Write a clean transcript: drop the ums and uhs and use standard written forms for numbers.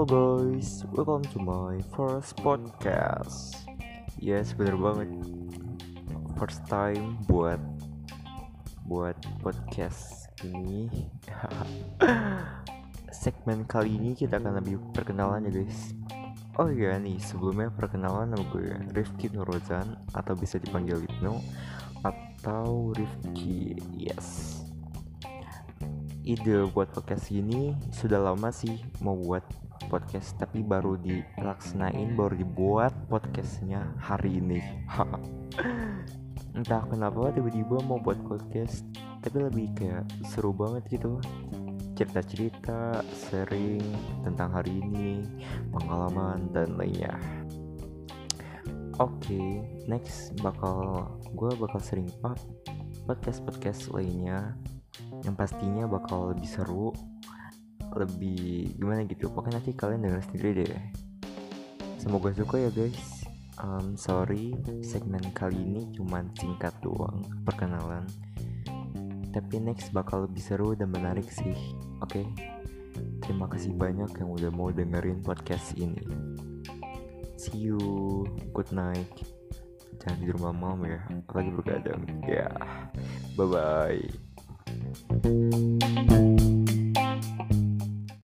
Hello guys, welcome to my first podcast. Yes, bener banget. First time buat podcast ini. Segmen kali ini kita akan lebih perkenalan ya guys. Oh iya nih, sebelumnya perkenalan nama gue Rifki Nurozan atau bisa dipanggil Lipno atau Rifki. Yes. Ide buat podcast ini sudah lama sih mau buat podcast, tapi baru dibuat podcastnya hari ini. Entah kenapa tiba-tiba mau buat podcast, tapi lebih kayak seru banget gitu, cerita-cerita sharing tentang hari ini, pengalaman dan lainnya. Oke, next gue bakal sering podcast lainnya yang pastinya bakal lebih seru, lebih gimana gitu. Pokoknya nanti kalian denger sendiri deh. Semoga suka ya guys. Sorry, segmen kali ini cuman singkat doang perkenalan, tapi next bakal lebih seru dan menarik sih. Oke? Terima kasih banyak yang udah mau dengerin podcast ini. See you, good night. Jangan tidur malam ya, lagi bergadang ya. Bye bye.